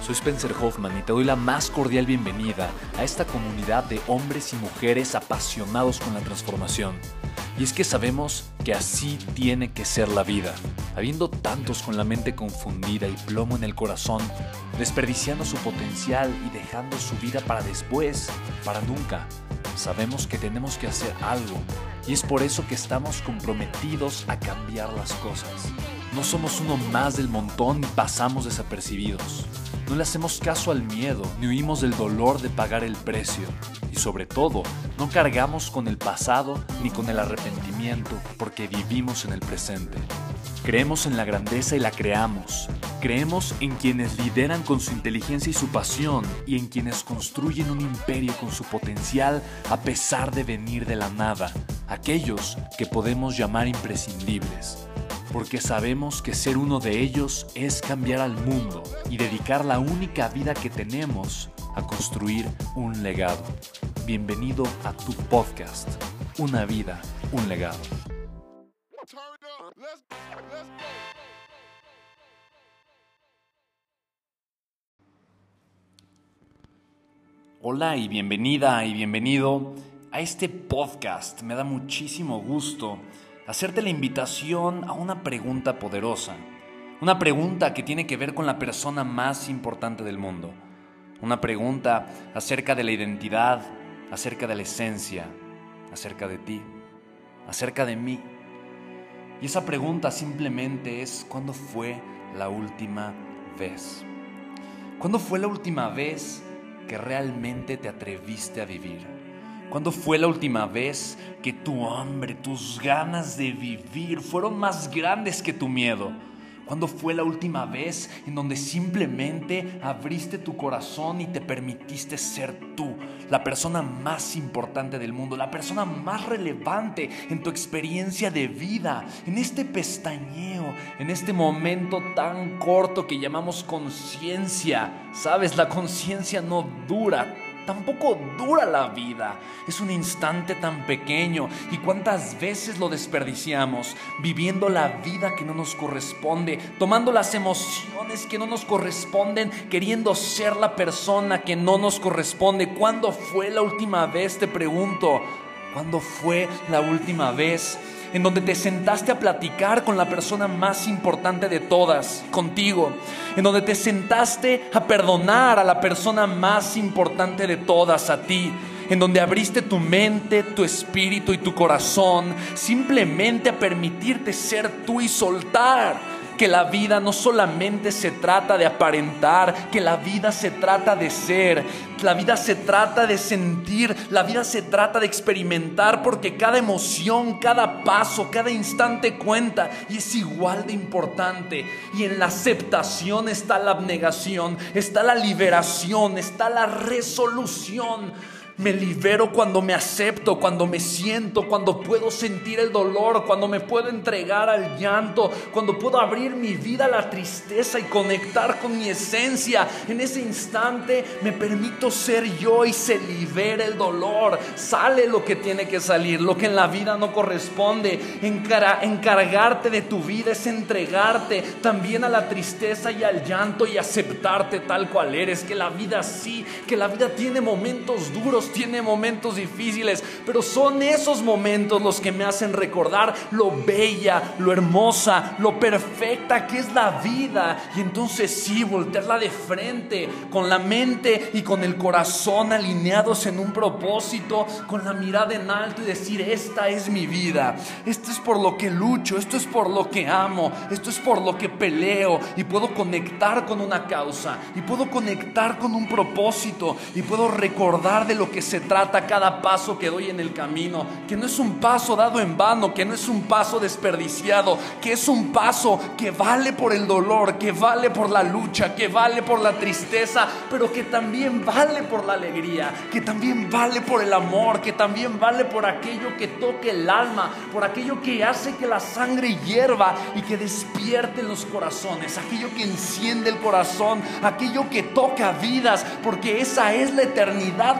Soy Spencer Hoffman y te doy la más cordial bienvenida a esta comunidad de hombres y mujeres apasionados con la transformación. Y es que sabemos que así tiene que ser la vida. Habiendo tantos con la mente confundida y plomo en el corazón, desperdiciando su potencial y dejando su vida para después, para nunca, sabemos que tenemos que hacer algo. Y es por eso que estamos comprometidos a cambiar las cosas. No somos uno más del montón y pasamos desapercibidos. No le hacemos caso al miedo, ni huimos del dolor de pagar el precio. Y sobre todo, no cargamos con el pasado ni con el arrepentimiento, porque vivimos en el presente. Creemos en la grandeza y la creamos. Creemos en quienes lideran con su inteligencia y su pasión, y en quienes construyen un imperio con su potencial a pesar de venir de la nada. Aquellos que podemos llamar imprescindibles. Porque sabemos que ser uno de ellos es cambiar al mundo y dedicar la única vida que tenemos a construir un legado. Bienvenido a tu podcast, Una vida, un legado. Hola y bienvenida y bienvenido a este podcast. Me da muchísimo gusto hacerte la invitación a una pregunta poderosa. Una pregunta que tiene que ver con la persona más importante del mundo. Una pregunta acerca de la identidad, acerca de la esencia, acerca de ti, acerca de mí. Y esa pregunta simplemente es: ¿cuándo fue la última vez? ¿Cuándo fue la última vez que realmente te atreviste a vivir? ¿Cuándo fue la última vez que tu hambre, tus ganas de vivir fueron más grandes que tu miedo? ¿Cuándo fue la última vez en donde simplemente abriste tu corazón y te permitiste ser tú, la persona más importante del mundo, la persona más relevante en tu experiencia de vida, en este pestañeo, en este momento tan corto que llamamos conciencia? ¿Sabes? La conciencia no dura. Tampoco dura la vida. Es un instante tan pequeño. ¿Y cuántas veces lo desperdiciamos? Viviendo la vida que no nos corresponde, tomando las emociones que no nos corresponden, queriendo ser la persona que no nos corresponde. ¿Cuándo fue la última vez? Te pregunto. ¿Cuándo fue la última vez en donde te sentaste a platicar con la persona más importante de todas, contigo? En donde te sentaste a perdonar a la persona más importante de todas, a ti. En donde abriste tu mente, tu espíritu y tu corazón simplemente a permitirte ser tú y soltar. Que la vida no solamente se trata de aparentar, que la vida se trata de ser, la vida se trata de sentir, la vida se trata de experimentar, porque cada emoción, cada paso, cada instante cuenta y es igual de importante. Y en la aceptación está la abnegación, está la liberación, está la resolución. Me libero cuando me acepto, cuando me siento, cuando puedo sentir el dolor, cuando me puedo entregar al llanto, cuando puedo abrir mi vida a la tristeza y conectar con mi esencia. En ese instante me permito ser yo y se libera el dolor. Sale lo que tiene que salir, lo que en la vida no corresponde. Encargarte de tu vida es entregarte también a la tristeza y al llanto y aceptarte tal cual eres. Que la vida sí, que la vida tiene momentos duros, tiene momentos difíciles, pero son esos momentos los que me hacen recordar lo bella, lo hermosa, lo perfecta que es la vida. Y entonces sí, voltearla de frente, con la mente y con el corazón alineados en un propósito, con la mirada en alto y decir: esta es mi vida, esto es por lo que lucho, esto es por lo que amo, esto es por lo que peleo. Y puedo conectar con una causa, y puedo conectar con un propósito, y puedo recordar de lo que se trata cada paso que doy en el camino, que no es un paso dado en vano, que no es un paso desperdiciado, que es un paso que vale por el dolor, que vale por la lucha, que vale por la tristeza, pero que también vale por la alegría, que también vale por el amor, que también vale por aquello que toque el alma, por aquello que hace que la sangre hierva y que despierte los corazones, aquello que enciende el corazón, aquello que toca vidas, porque esa es la eternidad por la que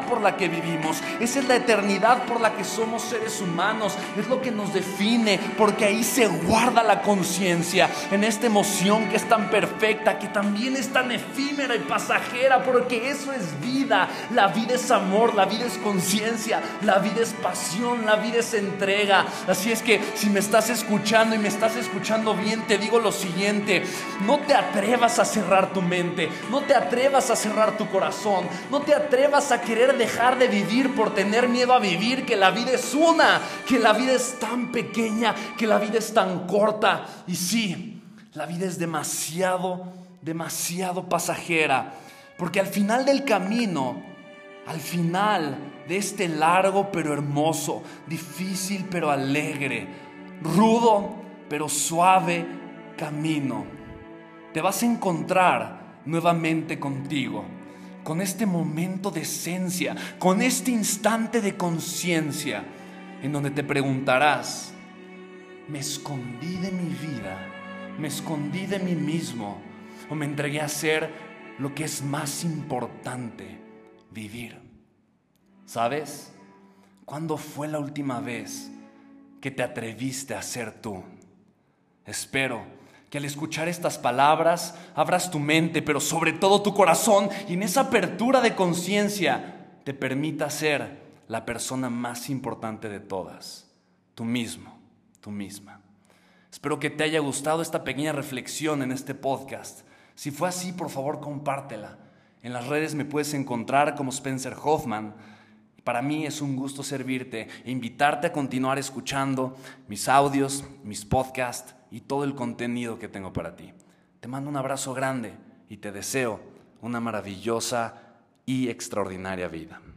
que vivimos. Esa es la eternidad por la que somos seres humanos. Es lo que nos define, porque ahí se guarda la conciencia, en esta emoción que es tan perfecta, que también es tan efímera y pasajera, porque eso es vida. La vida es amor, la vida es conciencia, la vida es pasión, la vida es entrega. Así es que si me estás escuchando y me estás escuchando bien, te digo lo siguiente: no te atrevas a cerrar tu mente, no te atrevas a cerrar tu corazón, no te atrevas a querer dejar de vivir por tener miedo a vivir, que la vida es una, que la vida es tan pequeña, que la vida es tan corta. Y sí, la vida es demasiado pasajera, porque al final del camino, al final de este largo pero hermoso, difícil pero alegre, rudo pero suave camino, te vas a encontrar nuevamente contigo, con este momento de esencia, con este instante de conciencia, en donde te preguntarás: ¿me escondí de mi vida? ¿Me escondí de mí mismo? ¿O me entregué a hacer lo que es más importante? Vivir. ¿Sabes? ¿Cuándo fue la última vez que te atreviste a ser tú? Espero que al escuchar estas palabras abras tu mente, pero sobre todo tu corazón, y en esa apertura de conciencia te permita ser la persona más importante de todas, tú mismo, tú misma. Espero que te haya gustado esta pequeña reflexión en este podcast. Si fue así, por favor, compártela. En las redes me puedes encontrar como Spencer Hoffman. Para mí es un gusto servirte e invitarte a continuar escuchando mis audios, mis podcasts y todo el contenido que tengo para ti. Te mando un abrazo grande y te deseo una maravillosa y extraordinaria vida.